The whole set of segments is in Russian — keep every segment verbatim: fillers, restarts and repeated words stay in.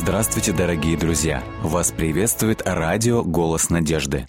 Здравствуйте, дорогие друзья! Вас приветствует радио «Голос надежды».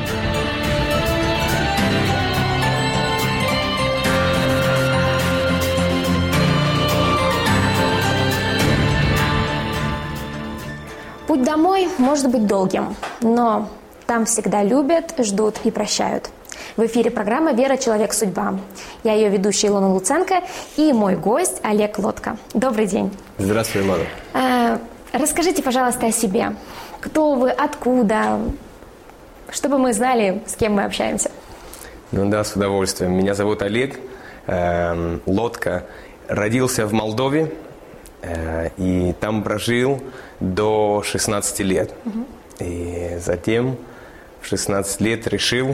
Путь домой может быть долгим, но там всегда любят, ждут и прощают. В эфире программа «Вера. Человек. Судьба». Я ее ведущая Илона Луценко и мой гость Олег Лодка. Добрый день. Здравствуй, Илона. А, расскажите, пожалуйста, о себе. Кто вы, откуда, чтобы мы знали, с кем мы общаемся. Ну да, с удовольствием. Меня зовут Олег э, Лодка. Родился в Молдове э, и там прожил до шестнадцати лет. Угу. И затем в шестнадцать лет решил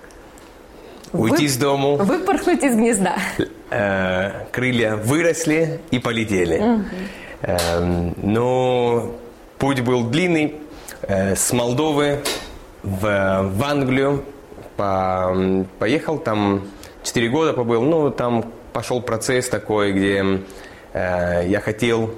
уйти Вы... с дому. Выпорхнуть из гнезда. Э, крылья выросли и полетели. Угу. Э, но путь был длинный. Э, с Молдовы в, в Англию по, поехал. Там четыре года побыл. Ну, там пошел процесс такой, где э, я хотел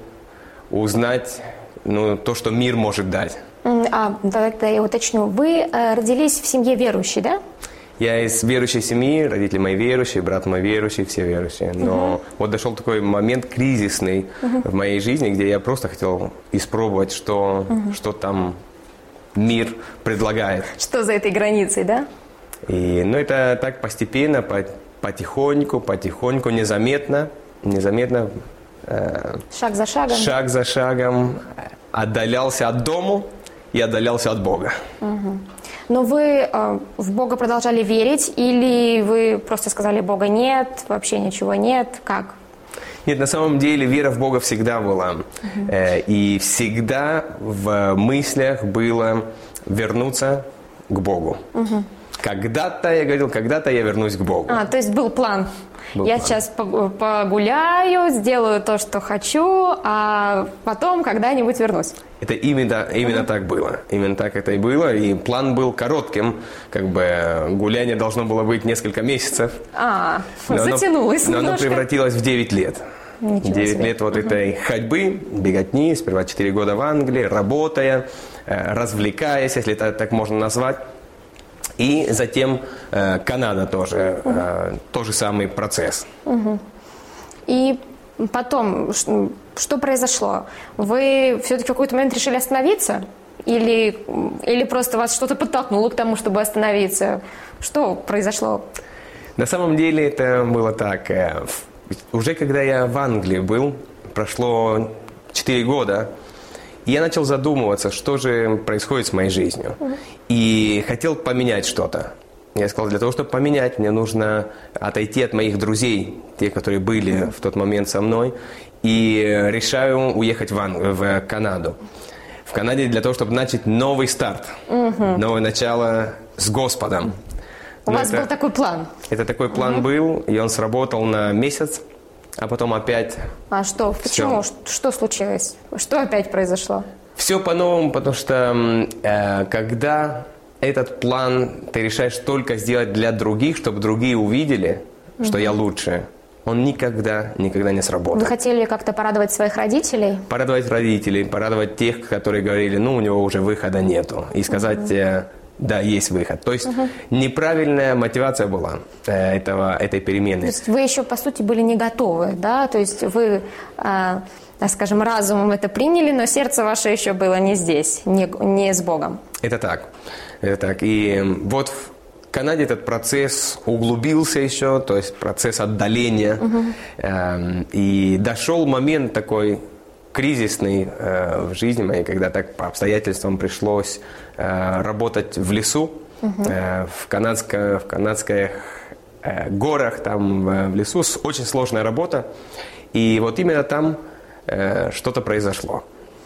узнать ну, то, что мир может дать. А, тогда я уточню. Вы э, родились в семье верующей, да? Я из верующей семьи, родители мои верующие, брат мой верующий, все верующие. Но uh-huh. вот дошел такой момент кризисный uh-huh. в моей жизни, где я просто хотел испробовать, что, uh-huh. что там мир предлагает. Что за этой границей, да? И, ну, это так постепенно, по, потихоньку, потихоньку, незаметно, незаметно. Э, шаг за шагом. Шаг за шагом отдалялся от дому и отдалялся от Бога. Uh-huh. Но вы э, в Бога продолжали верить или вы просто сказали, Бога нет, вообще ничего нет? Как? Нет, на самом деле вера в Бога всегда была. Uh-huh. Э, и всегда в мыслях было вернуться к Богу. Uh-huh. Когда-то, я говорил, когда-то я вернусь к Богу. А, то есть был план. Был я план. Сейчас погуляю, сделаю то, что хочу, а потом когда-нибудь вернусь. Это именно, именно uh-huh. так было. Именно так это и было. И план был коротким. Как бы гуляние должно было быть несколько месяцев. А, но затянулось оно, немножко. Но оно превратилось в девять лет. Ничего девять себе. лет вот uh-huh. этой ходьбы, беготни. Сперва четыре года в Англии, работая, развлекаясь, если это так можно назвать. И затем э, Канада тоже, э, тот же самый процесс. Угу. И потом, что, что произошло? Вы все-таки в какой-то момент решили остановиться? Или, или просто вас что-то подтолкнуло к тому, чтобы остановиться? Что произошло? На самом деле это было так. Э, уже когда я в Англии был, прошло четыре года, и я начал задумываться, что же происходит с моей жизнью. Uh-huh. И хотел поменять что-то. Я сказал, для того, чтобы поменять, мне нужно отойти от моих друзей, те, которые были uh-huh. в тот момент со мной, и решаю уехать в, Ан- в Канаду. В Канаде для того, чтобы начать новый старт, uh-huh. новое начало с Господом. У Но вас это, был такой план? Это такой план uh-huh. был, и он сработал на месяц. А потом опять... А что? Почему? Все. Что случилось? Что опять произошло? Все по-новому, потому что э, когда этот план ты решаешь только сделать для других, чтобы другие увидели, угу. что я лучше, он никогда, никогда не сработает. Вы хотели как-то порадовать своих родителей? Порадовать родителей, порадовать тех, которые говорили, ну, у него уже выхода нету. И сказать... Угу. Э, Да, есть выход. То есть uh-huh. неправильная мотивация была э, этого, этой перемены. То есть вы еще, по сути, были не готовы, да? То есть вы, э, скажем, разумом это приняли, но сердце ваше еще было не здесь, не, не с Богом. Это так. Это так. И вот в Канаде этот процесс углубился еще, то есть процесс отдаления. Uh-huh. Э, и дошел момент такой кризисный э, в жизни моей, когда так по обстоятельствам пришлось э, работать в лесу, uh-huh. э, в, канадско, в канадских э, горах, там в, в лесу. Очень сложная работа. И вот именно там э, что-то произошло.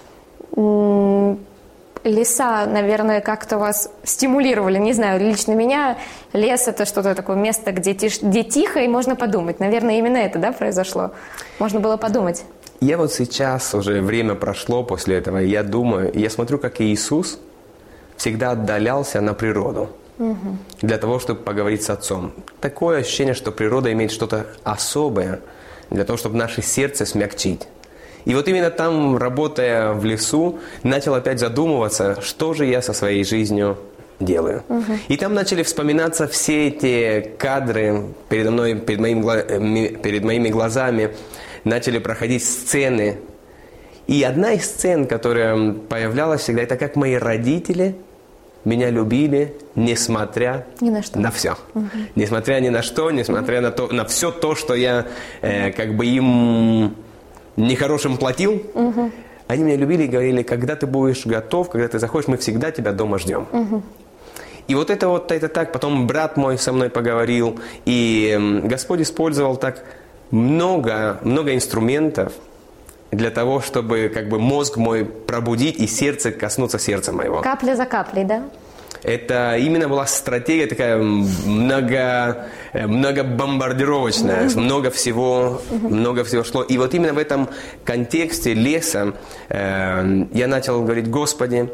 Mm, леса, наверное, как-то вас стимулировали. Не знаю, лично меня лес – это что-то такое место, где, тиш, где тихо и можно подумать. Наверное, именно это, да, произошло? Можно было подумать. Я вот сейчас, уже время прошло после этого, и я думаю, я смотрю, как Иисус всегда отдалялся на природу. Угу. Для того, чтобы поговорить с Отцом. Такое ощущение, что природа имеет что-то особое, для того, чтобы наше сердце смягчить. И вот именно там, работая в лесу, начал опять задумываться, что же я со своей жизнью делаю. Угу. И там начали вспоминаться все эти кадры передо мной, перед, моим, перед моими глазами, начали проходить сцены. И одна из сцен, которая появлялась всегда, это как мои родители меня любили, несмотря ни на, что. на все. Угу. Несмотря ни на что, несмотря угу. на, то, на все то, что я э, как бы им нехорошим платил. Угу. Они меня любили и говорили, когда ты будешь готов, когда ты заходишь, мы всегда тебя дома ждем. Угу. И вот это вот это так. Потом брат мой со мной поговорил, и Господь использовал так много, много инструментов для того, чтобы как бы мозг мой пробудить и сердце коснуться сердца моего. Капля за каплей, да? Это именно была стратегия такая много, многобомбардировочная, mm-hmm. много всего, mm-hmm. много всего шло. И вот именно в этом контексте леса э, я начал говорить: Господи,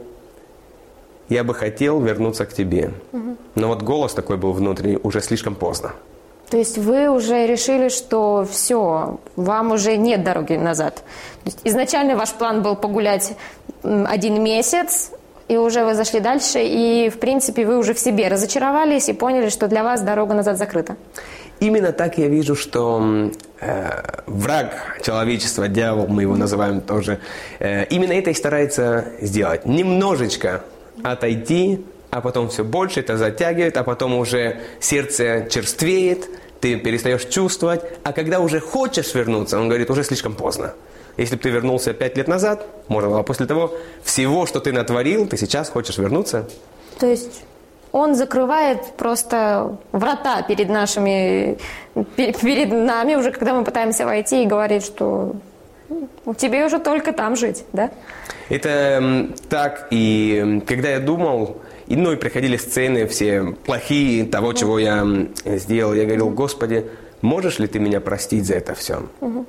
я бы хотел вернуться к Тебе. Mm-hmm. Но вот голос такой был внутренний, уже слишком поздно. То есть вы уже решили, что все, вам уже нет дороги назад. То есть изначально ваш план был погулять один месяц, и уже вы зашли дальше, и, в принципе, вы уже в себе разочаровались и поняли, что для вас дорога назад закрыта. Именно так я вижу, что э, враг человечества, дьявол, мы его называем тоже, э, именно это и старается сделать. Немножечко отойти, а потом все больше это затягивает, а потом уже сердце черствеет, ты перестаешь чувствовать, а когда уже хочешь вернуться, он говорит, уже слишком поздно. Если бы ты вернулся пять лет назад, можно было, а после того всего, что ты натворил, ты сейчас хочешь вернуться. То есть он закрывает просто врата перед нашими, перед нами уже, когда мы пытаемся войти, и говорит, что тебе уже только там жить, да? Это так, и когда я думал, и, ну, и приходили сцены все плохие того, чего я сделал, я говорил: Господи, можешь ли ты меня простить за это все? Угу.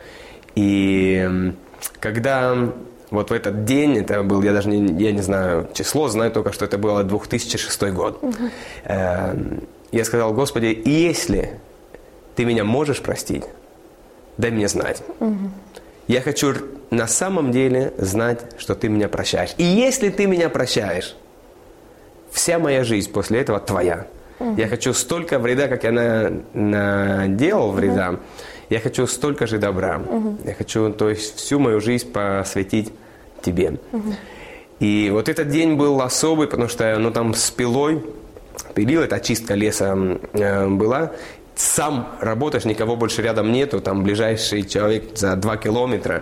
И когда вот в этот день, это был, я даже не, я не знаю число, знаю только, что это было две тысячи шестой год, угу. э, я сказал: Господи, если ты меня можешь простить, дай мне знать. Угу. Я хочу на самом деле знать, что ты меня прощаешь. И если ты меня прощаешь, вся моя жизнь после этого твоя. Угу. Я хочу столько вреда, как я на, наделал вреда, угу. я хочу столько же добра. Угу. Я хочу, то есть, всю мою жизнь посвятить тебе. Угу. И вот этот день был особый, потому что, ну, там с пилой, пилил, это очистка леса э, была. Сам работаешь, никого больше рядом нету, там ближайший человек за два километра.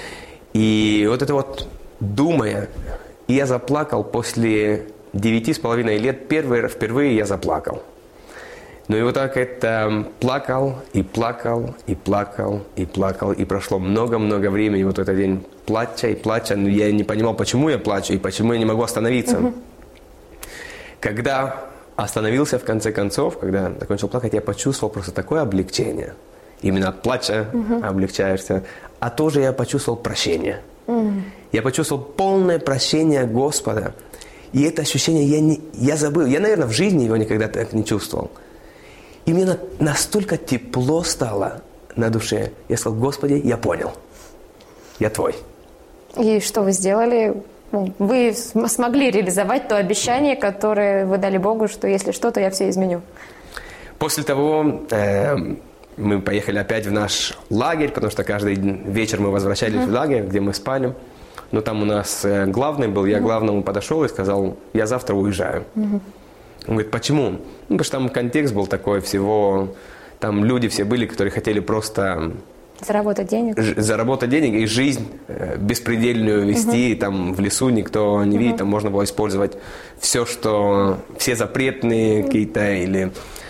И вот это вот, думая, и я заплакал после девяти с половиной лет, первый, впервые я заплакал. Ну и вот так это плакал, и плакал, и плакал, и плакал, и прошло много-много времени, вот этот день плача и плача, но я не понимал, почему я плачу, и почему я не могу остановиться. Угу. Когда остановился в конце концов, когда закончил плакать, я почувствовал просто такое облегчение. Именно от плача угу. облегчаешься. А тоже я почувствовал прощение. Угу. Я почувствовал полное прощение Господа. И это ощущение я, не, я забыл. Я, наверное, в жизни его никогда так не чувствовал. И мне на, настолько тепло стало на душе. Я сказал: Господи, я понял. Я Твой. И что вы сделали? Вы смогли реализовать то обещание, которое вы дали Богу, что если что, то я все изменю. После того э, мы поехали опять в наш лагерь, потому что каждый вечер мы возвращались uh-huh. в лагерь, где мы спали. Но там у нас э, главный был, я uh-huh. главному подошел и сказал: я завтра уезжаю. Uh-huh. Он говорит: почему? Ну, потому что там контекст был такой всего, там люди все были, которые хотели просто... Заработать денег. Ж, заработать денег и жизнь э, беспредельную вести, угу. там в лесу никто не угу. видит, там можно было использовать все, что, все запретные угу. какие-то или...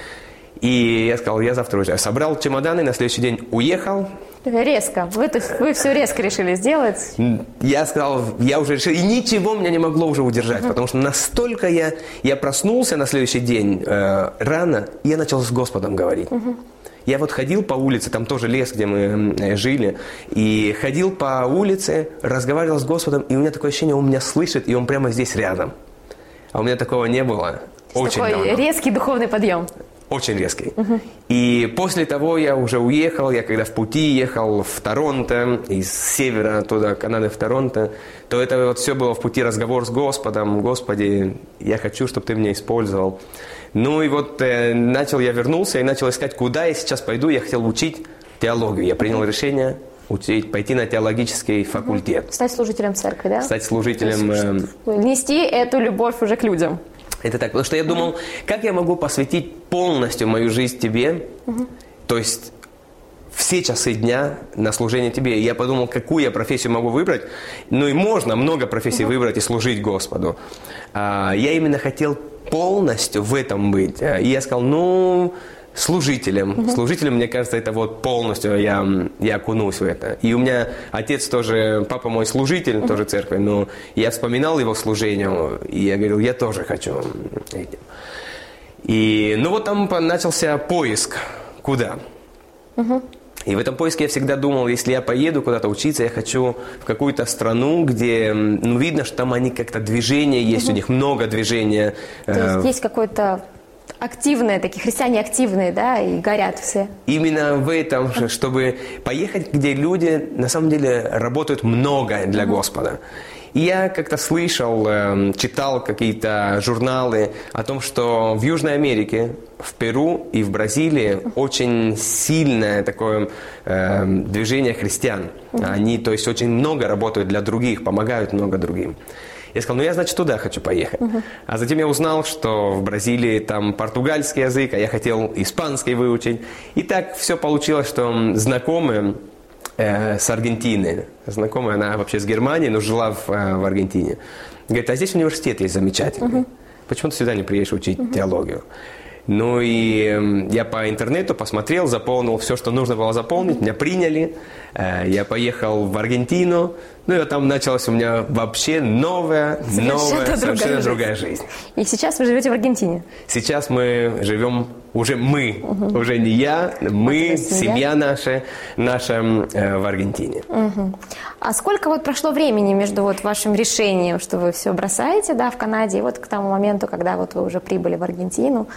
И я сказал: я завтра уезжаю. Собрал чемоданы, на следующий день уехал. Резко. Вы, вы все резко решили сделать. Я сказал, я уже решил, и ничего меня не могло уже удержать, угу. потому что настолько я, я проснулся на следующий день э, рано, и я начал с Господом говорить. Угу. Я вот ходил по улице, там тоже лес, где мы жили, и ходил по улице, разговаривал с Господом, и у меня такое ощущение, он меня слышит, и он прямо здесь рядом. А у меня такого не было. Очень такой давно. Резкий духовный подъем. очень резкий. Uh-huh. И после того я уже уехал, я когда в пути ехал в Торонто, из севера туда, Канады в Торонто, то это вот все было в пути разговор с Господом. Господи, я хочу, чтобы Ты меня использовал. Ну и вот э, начал я вернулся и начал искать, куда я сейчас пойду. Я хотел учить теологию. Я принял uh-huh. решение учить, пойти на теологический факультет. Uh-huh. Стать служителем церкви, да? Стать служителем. Э, нести эту любовь уже к людям. Это так, потому что я думал, как я могу посвятить полностью мою жизнь Тебе, uh-huh. то есть все часы дня на служение Тебе. И я подумал, какую я профессию могу выбрать. Ну и можно много профессий uh-huh. выбрать и служить Господу. А, я именно хотел полностью в этом быть. И я сказал, ну, служителем. Uh-huh. Служителем, мне кажется, это вот полностью я, я окунусь в это. И у меня отец тоже, папа мой служитель, uh-huh. тоже церкви, но я вспоминал его служение, и я говорил, я тоже хочу этим. И, ну вот там начался поиск, куда. Uh-huh. И в этом поиске я всегда думал, если я поеду куда-то учиться, я хочу в какую-то страну, где, ну, видно, что там они как-то движение есть, uh-huh. у них много движения. То есть есть какой-то активные, такие христиане активные, да, и горят все. Именно в этом, чтобы поехать, где люди, на самом деле, работают много для uh-huh. Господа. И я как-то слышал, читал какие-то журналы о том, что в Южной Америке, в Перу и в Бразилии очень сильное такое э, движение христиан. Uh-huh. Они, то есть, очень много работают для других, помогают много другим. Я сказал, ну я, значит, туда хочу поехать. Uh-huh. А затем я узнал, что в Бразилии там португальский язык, а я хотел испанский выучить. И так все получилось, что знакомые э, с Аргентины, знакомая, она вообще с Германии, но жила в, э, в Аргентине, говорит, а здесь университет есть замечательный. Uh-huh. Почему ты сюда не приедешь учить uh-huh. теологию? Ну и э, я по интернету посмотрел, заполнил все, что нужно было заполнить, меня приняли, э, я поехал в Аргентину, ну и вот там началась у меня вообще новая, совершенно новая, другая совершенно жизнь. другая жизнь. И сейчас вы живете в Аргентине? Сейчас мы живем, уже мы, угу. уже не я, мы, вот семья наша, наша э, в Аргентине. Угу. А сколько вот прошло времени между вот вашим решением, что вы все бросаете, да, в Канаде, и вот к тому моменту, когда вот вы уже прибыли в Аргентину?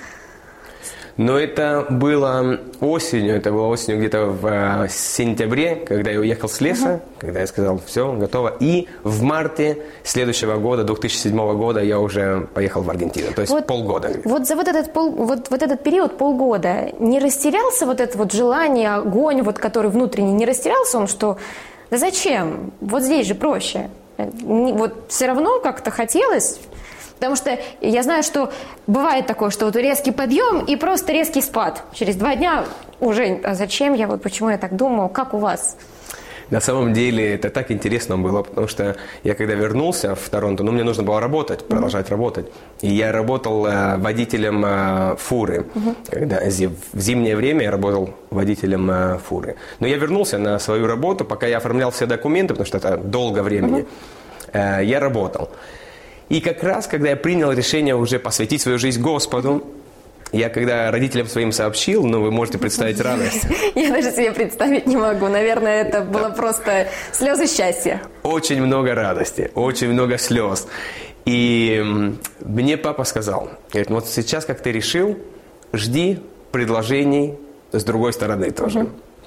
Но это было осенью, это было осенью где-то в сентябре, когда я уехал с леса, uh-huh. когда я сказал, все, готово. И в марте следующего года, две тысячи седьмого года, я уже поехал в Аргентину, то есть вот, полгода. Вот за вот этот, пол, вот, вот этот период, полгода, не растерялся вот это вот желание, огонь, вот, который внутренний, не растерялся он, что да зачем, вот здесь же проще. Вот все равно как-то хотелось... Потому что я знаю, что бывает такое, что вот резкий подъем и просто резкий спад. Через два дня уже, а зачем я, вот почему я так думал, как у вас? На самом деле это так интересно было, потому что я когда вернулся в Торонто, ну мне нужно было работать, продолжать mm-hmm. работать. И я работал э, водителем э, фуры. Mm-hmm. Когда в зимнее время я работал водителем э, фуры. Но я вернулся на свою работу, пока я оформлял все документы, потому что это долго времени, mm-hmm. э, я работал. И как раз, когда я принял решение уже посвятить свою жизнь Господу, я когда родителям своим сообщил, ну, вы можете представить радость. Я даже себе представить не могу. Наверное, это было просто слезы счастья. Очень много радости, очень много слез. И мне папа сказал, говорит, вот сейчас, как ты решил, жди предложений с другой стороны тоже.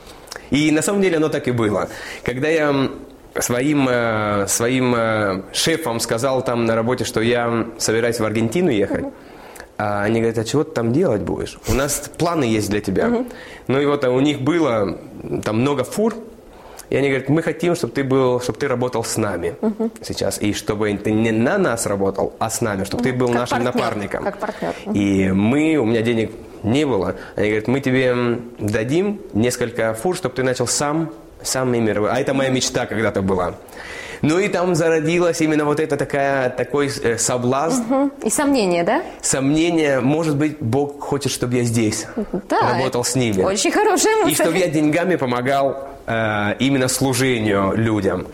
И на самом деле оно так и было. Когда я... Своим, э, своим э, шефам сказал там на работе, что я собираюсь в Аргентину ехать. Uh-huh. А они говорят, а чего ты там делать будешь? У нас планы есть для тебя. Uh-huh. Ну и вот у них было там много фур. И они говорят, мы хотим, чтобы ты был, чтобы ты работал с нами uh-huh. сейчас. И чтобы ты не на нас работал, а с нами, чтобы uh-huh. ты был как нашим партнер, напарником. Как партнер. Uh-huh. И мы, у меня денег не было. Они говорят, мы тебе дадим несколько фур, чтобы ты начал сам Сам мир. А это моя мечта когда-то была. Ну и там зародилась именно вот это такая, такой э, соблазн. Угу. И сомнение, да? Сомнение. Может быть, Бог хочет, чтобы я здесь да, работал с ними. Очень хорошая мысль. И чтобы я деньгами помогал э, именно служению людям.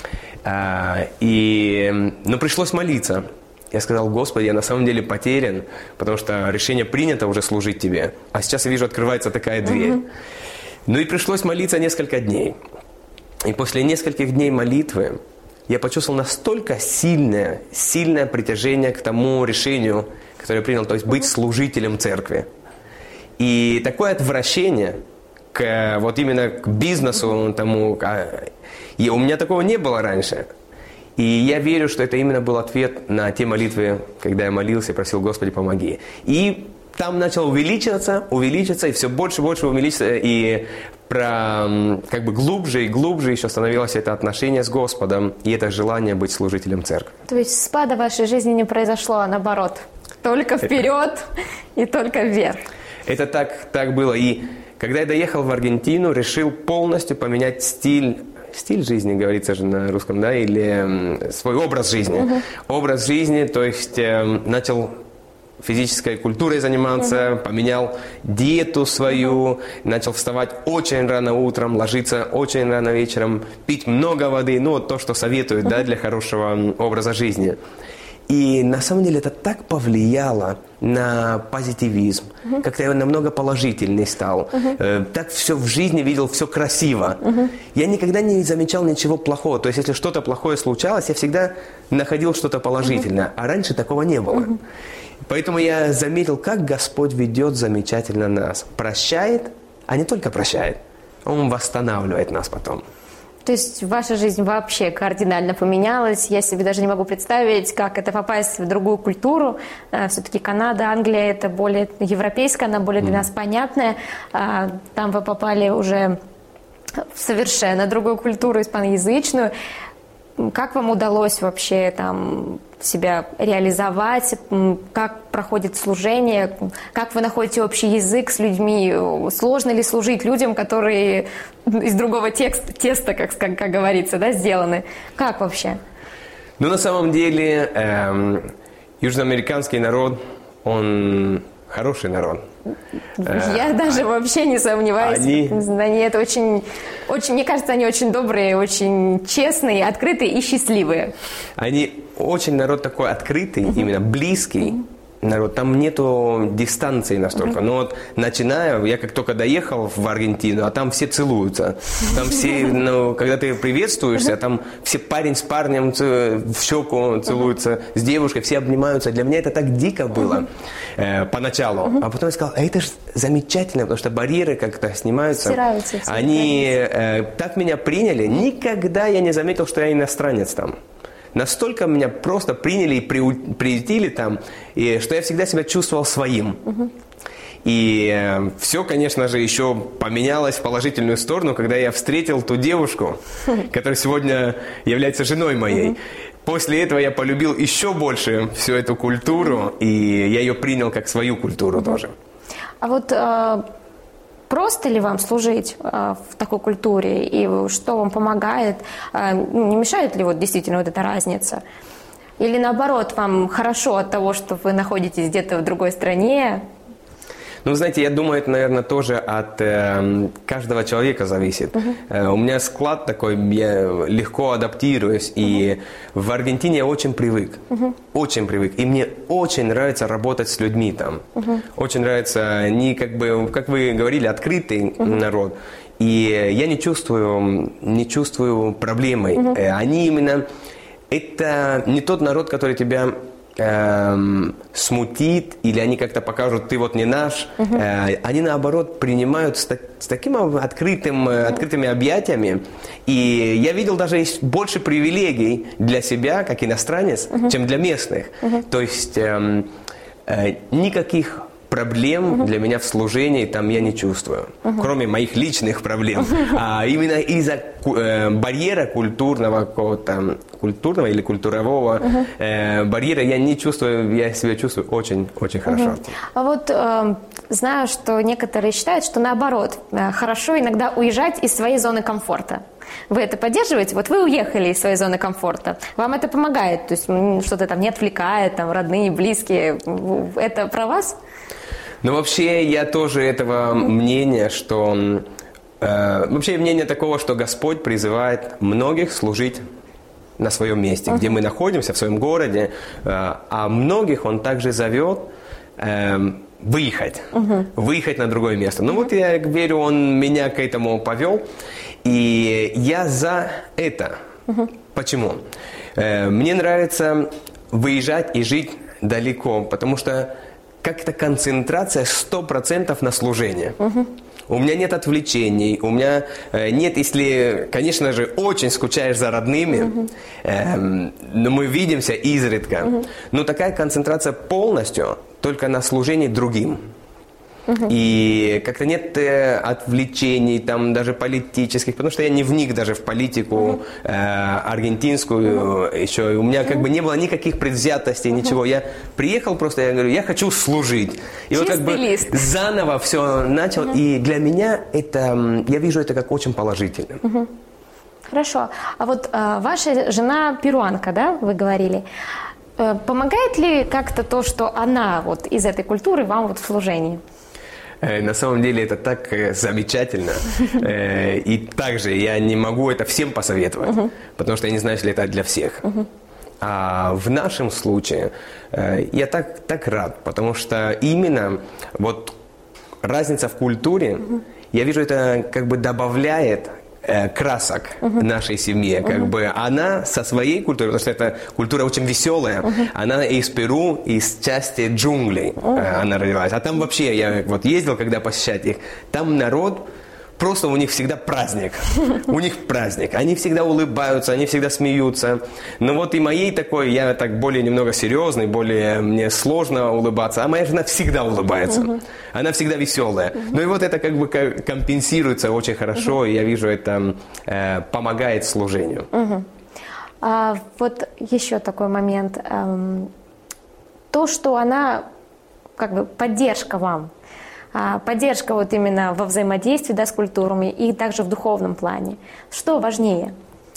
Э, и, ну, пришлось молиться. Я сказал, Господи, я на самом деле потерян, потому что решение принято уже служить Тебе. А сейчас я вижу, открывается такая дверь. Угу. Ну и пришлось молиться несколько дней. И после нескольких дней молитвы я почувствовал настолько сильное, сильное притяжение к тому решению, которое я принял, то есть быть служителем церкви. И такое отвращение к, вот именно к бизнесу, тому, и у меня такого не было раньше. И я верю, что это именно был ответ на те молитвы, когда я молился и просил: Господи, помоги. И там начал увеличиваться, увеличиваться, и все больше и больше увеличиваться, и про, как бы глубже и глубже еще становилось это отношение с Господом, и это желание быть служителем церкви. То есть спада в вашей жизни не произошло, а наоборот, только вперед и только вверх. Это так, так было. И когда я доехал в Аргентину, решил полностью поменять стиль, стиль жизни, говорится же на русском, да, или свой образ жизни. Uh-huh. Образ жизни, то есть э, начал физической культурой заниматься, uh-huh. поменял диету свою, uh-huh. начал вставать очень рано утром, ложиться очень рано вечером, пить много воды, ну, вот то, что советуют, uh-huh. да, для хорошего образа жизни. И на самом деле это так повлияло на позитивизм, uh-huh. как-то я намного положительней стал, uh-huh. э, так все в жизни видел, все красиво. Uh-huh. Я никогда не замечал ничего плохого, то есть если что-то плохое случалось, я всегда находил что-то положительное, uh-huh. а раньше такого не было. Uh-huh. Поэтому я заметил, как Господь ведет замечательно нас. Прощает, а не только прощает, Он восстанавливает нас потом. То есть ваша жизнь вообще кардинально поменялась. Я себе даже не могу представить, как это попасть в другую культуру. Все-таки Канада, Англия – это более европейская, она более для нас понятная. Там вы попали уже в совершенно другую культуру, испаноязычную. Как вам удалось вообще там себя реализовать? Как проходит служение? Как вы находите общий язык с людьми? Сложно ли служить людям, которые из другого текста, теста, как, как, как говорится, да, сделаны? Как вообще? Ну, на самом деле, эм, южноамериканский народ, он хороший народ. Я даже вообще не сомневаюсь. Они... Они это очень, очень, мне кажется, они очень добрые, очень честные, открытые и счастливые. Они очень народ такой открытый, uh-huh. именно близкий. Uh-huh. Народ, там нету дистанции настолько. Uh-huh. Но вот начиная, я как только доехал в Аргентину, а там все целуются. Там все, ну, когда ты приветствуешься, uh-huh. там все парень с парнем в щеку целуются, uh-huh. с девушкой, все обнимаются. Для меня это так дико было uh-huh. э, поначалу. Uh-huh. А потом я сказал, а это же замечательно, потому что барьеры как-то снимаются. Стираются. Они э, так меня приняли. Никогда я не заметил, что я иностранец там. Настолько меня просто приняли и приютили там, и, что я всегда себя чувствовал своим. Uh-huh. И э, все, конечно же, еще поменялось в положительную сторону, когда я встретил ту девушку, uh-huh. которая сегодня является женой моей. Uh-huh. После этого я полюбил еще больше всю эту культуру, и я ее принял как свою культуру uh-huh. тоже. А вот... А... Просто ли вам служить э, в такой культуре? И что вам помогает? Э, не мешает ли вот действительно вот эта разница? Или наоборот, вам хорошо от того, что вы находитесь где-то в другой стране? Ну, знаете, я думаю, это, наверное, тоже от э, каждого человека зависит. Uh-huh. Э, у меня склад такой, я легко адаптируюсь. Uh-huh. И в Аргентине я очень привык. Uh-huh. Очень привык. И мне очень нравится работать с людьми там. Uh-huh. Очень нравится, они, как бы, как вы говорили, открытый uh-huh. народ. И я не чувствую, не чувствую проблемы. Uh-huh. Э, они именно... Это не тот народ, который тебя... Эм, смутит, или они как-то покажут, ты вот не наш. Uh-huh. Э, они, наоборот, принимают с, так, с таким открытым, uh-huh. открытыми объятиями. И я видел даже есть больше привилегий для себя, как иностранец, uh-huh. чем для местных. Uh-huh. То есть эм, э, никаких проблем uh-huh. для меня в служении там я не чувствую, uh-huh. кроме моих личных проблем. Uh-huh. А именно из-за э, барьера культурного, какого-то, культурного или культурового uh-huh. э, барьера я не чувствую, я себя чувствую очень-очень хорошо. Uh-huh. А вот э, знаю, что некоторые считают, что наоборот, э, хорошо иногда уезжать из своей зоны комфорта. Вы это поддерживаете? Вот вы уехали из своей зоны комфорта. Вам это помогает? То есть что-то там не отвлекает, там родные, близкие. Это про вас? Ну, вообще, я тоже этого мнения, что... Э, вообще, мнение такого, что Господь призывает многих служить на своем месте, uh-huh. где мы находимся, в своем городе, э, а многих Он также зовет э, выехать, uh-huh. выехать на другое место. Ну, uh-huh. вот я верю, Он меня к этому повел, и я за это. Uh-huh. Почему? Э, мне нравится выезжать и жить далеко, потому что как-то концентрация сто процентов на служение. Угу. У меня нет отвлечений, у меня э, нет, если, конечно же, очень скучаешь за родными, uh-huh. э, но мы видимся изредка. Uh-huh. Но такая концентрация полностью только на служении другим. Uh-huh. И как-то нет э, отвлечений, там даже политических, потому что я не вник даже в политику э, аргентинскую uh-huh. еще. И у меня как бы не было никаких предвзятостей, uh-huh. ничего. Я приехал просто, я говорю, я хочу служить. И чистый вот как бы лист. Заново все начал. Uh-huh. И для меня это, я вижу это как очень положительно. Uh-huh. Хорошо. А вот э, ваша жена перуанка, да, вы говорили. Э, помогает ли как-то то, что она вот из этой культуры вам вот в служении? На самом деле это так замечательно. И также я не могу это всем посоветовать, uh-huh. потому что я не знаю, если это для всех. Uh-huh. А в нашем случае я так, так рад, потому что именно вот разница в культуре, uh-huh. я вижу, это как бы добавляет красок uh-huh. нашей семье. Как uh-huh. бы она со своей культурой, потому что эта культура очень веселая, uh-huh. она из Перу, из части джунглей uh-huh. она родилась. А там вообще, я вот ездил, когда посещать их, там народ, просто у них всегда праздник. У них праздник. Они всегда улыбаются, они всегда смеются. Но вот и моей такой, я так более немного серьезный, более мне сложно улыбаться. А моя жена всегда улыбается. Uh-huh. Она всегда веселая. Uh-huh. Ну и вот это как бы компенсируется очень хорошо. Uh-huh. И я вижу, это э, помогает служению. Uh-huh. А, вот еще такой момент. Эм, то, что она, как бы, поддержка вам. Поддержка вот именно во взаимодействии, да, с культурами и также в духовном плане. Что важнее?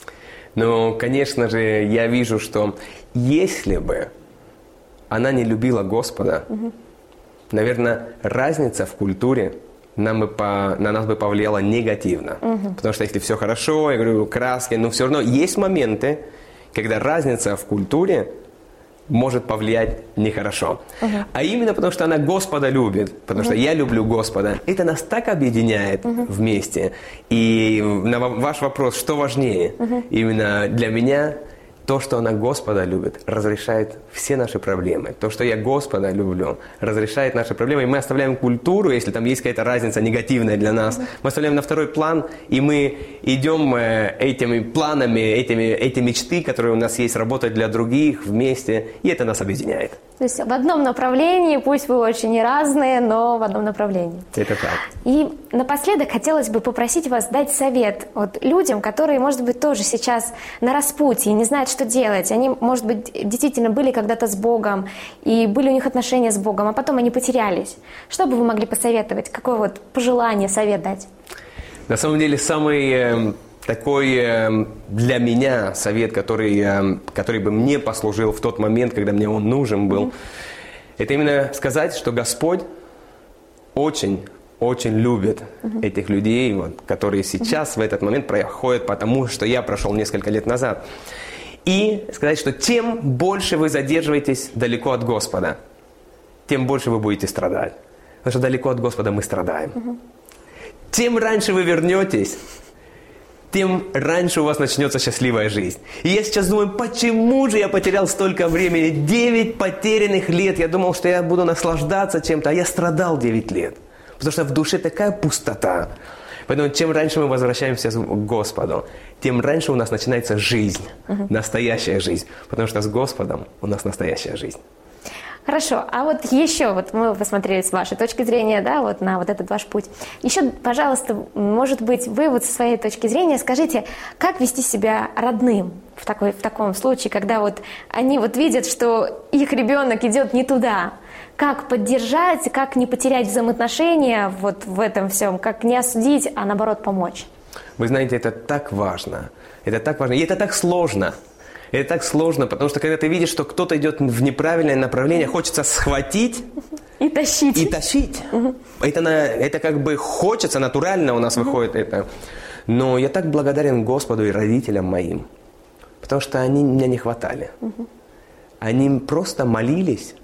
Ну, конечно же, я вижу, что если бы она не любила Господа, угу. наверное, разница в культуре нам бы по, на нас бы повлияла негативно. Угу. Потому что если все хорошо, я говорю, краски, но все равно есть моменты, когда разница в культуре может повлиять нехорошо. Uh-huh. А именно потому, что она Господа любит, потому uh-huh. что я люблю Господа. Это нас так объединяет uh-huh. вместе. И на ваш вопрос, что важнее? Uh-huh. Именно для меня то, что она Господа любит, разрешает все наши проблемы. То, что я Господа люблю, разрешает наши проблемы. И мы оставляем культуру, если там есть какая-то разница негативная для нас, uh-huh. мы оставляем на второй план, и мы идем э, этими планами, этими, эти мечты, которые у нас есть, работать для других вместе, и это нас объединяет. То есть в одном направлении, пусть вы очень разные, но в одном направлении. Это так. И напоследок хотелось бы попросить вас дать совет вот людям, которые, может быть, тоже сейчас на распутье, не знают, что делать. Они, может быть, действительно были когда-то с Богом, и были у них отношения с Богом, а потом они потерялись. Что бы вы могли посоветовать? Какое вот пожелание, совет дать? На самом деле, самый... Э... Такой э, для меня совет, который, э, который бы мне послужил в тот момент, когда мне он нужен был, mm-hmm. это именно сказать, что Господь очень, очень любит mm-hmm. этих людей, вот, которые сейчас mm-hmm. в этот момент проходят по тому, что я прошел несколько лет назад. И сказать, что тем больше вы задерживаетесь далеко от Господа, тем больше вы будете страдать. Потому что далеко от Господа мы страдаем. Mm-hmm. Тем раньше вы вернетесь, тем раньше у вас начнется счастливая жизнь. И я сейчас думаю, почему же я потерял столько времени? Девять потерянных лет. Я думал, что я буду наслаждаться чем-то, а я страдал девять лет. Потому что в душе такая пустота. Поэтому чем раньше мы возвращаемся к Господу, тем раньше у нас начинается жизнь, uh-huh. настоящая жизнь. Потому что с Господом у нас настоящая жизнь. Хорошо, а вот еще, вот мы посмотрели с вашей точки зрения, да, вот на вот этот ваш путь. Еще, пожалуйста, может быть, вы вот со своей точки зрения скажите, как вести себя родным в, такой, в таком случае, когда вот они вот видят, что их ребенок идет не туда. Как поддержать, как не потерять взаимоотношения вот в этом всем, как не осудить, а наоборот помочь? Вы знаете, это так важно, это так важно, и это так сложно. Это так сложно, потому что когда ты видишь, что кто-то идет в неправильное направление, хочется схватить и тащить. И тащить. Угу. Это, на, это как бы хочется, натурально у нас угу. выходит это. Но я так благодарен Господу и родителям моим, потому что они меня не хватали. Угу. Они просто молились,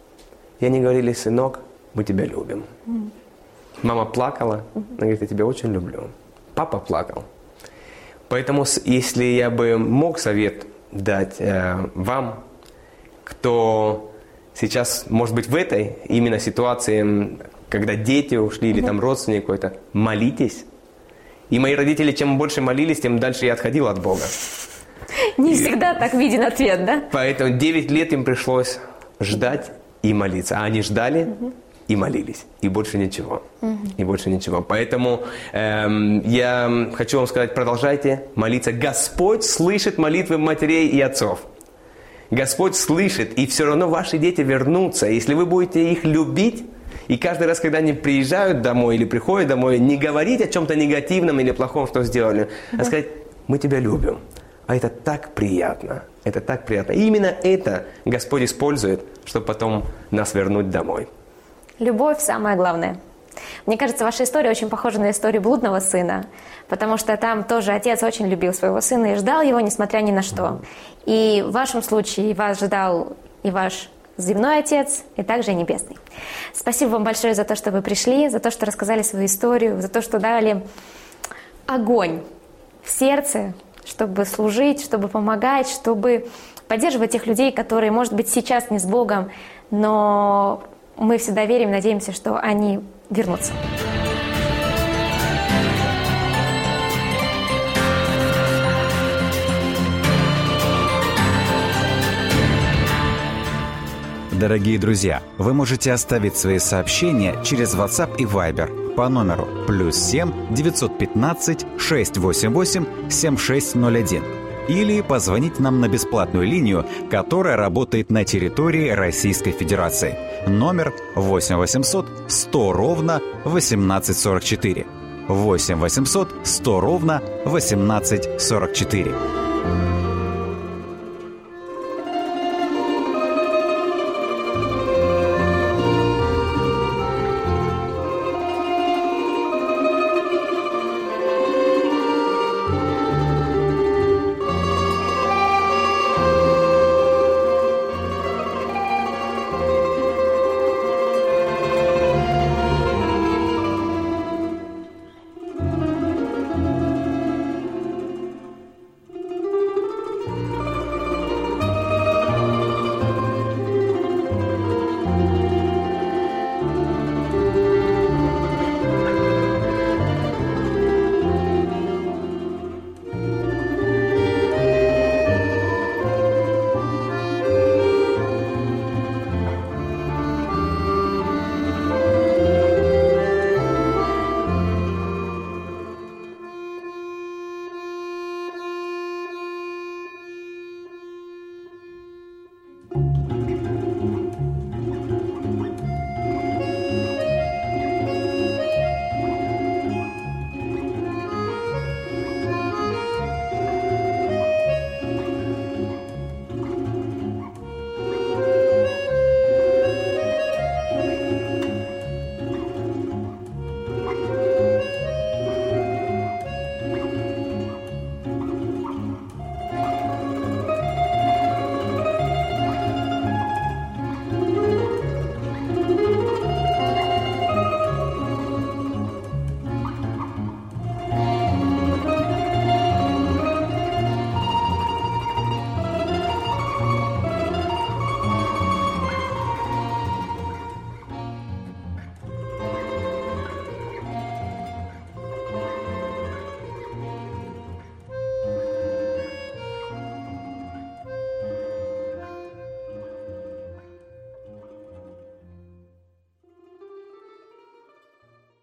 и они говорили: сынок, мы тебя любим. Угу. Мама плакала, угу. она говорит: я тебя очень люблю. Папа плакал. Поэтому, если я бы мог совет дать э, вам, кто сейчас, может быть, в этой именно ситуации, когда дети ушли или там родственник какой-то, молитесь. И мои родители, чем больше молились, тем дальше я отходил от Бога. Не всегда так виден ответ, да? Поэтому девять лет им пришлось ждать и молиться. А они ждали и молились. И больше ничего. И больше ничего. Поэтому эм, я хочу вам сказать, продолжайте молиться. Господь слышит молитвы матерей и отцов. Господь слышит, и все равно ваши дети вернутся. Если вы будете их любить, и каждый раз, когда они приезжают домой или приходят домой, не говорить о чем-то негативном или плохом, что сделали, а сказать, мы тебя любим. А это так приятно. Это так приятно. И именно это Господь использует, чтобы потом нас вернуть домой. Любовь – самое главное. Мне кажется, ваша история очень похожа на историю блудного сына, потому что там тоже отец очень любил своего сына и ждал его, несмотря ни на что. И в вашем случае вас ждал и ваш земной отец, и также и небесный. Спасибо вам большое за то, что вы пришли, за то, что рассказали свою историю, за то, что дали огонь в сердце, чтобы служить, чтобы помогать, чтобы поддерживать тех людей, которые, может быть, сейчас не с Богом, но мы всегда верим и надеемся, что они вернутся. Дорогие друзья, вы можете оставить свои сообщения через WhatsApp и Viber по номеру плюс семь девятьсот пятнадцать шестьсот восемьдесят восемь семьдесят шесть ноль один или позвонить нам на бесплатную линию, которая работает на территории Российской Федерации. Номер восемь восемьсот сто ровно восемнадцать сорок четыре. восемь восемьсот сто ровно восемнадцать сорок четыре.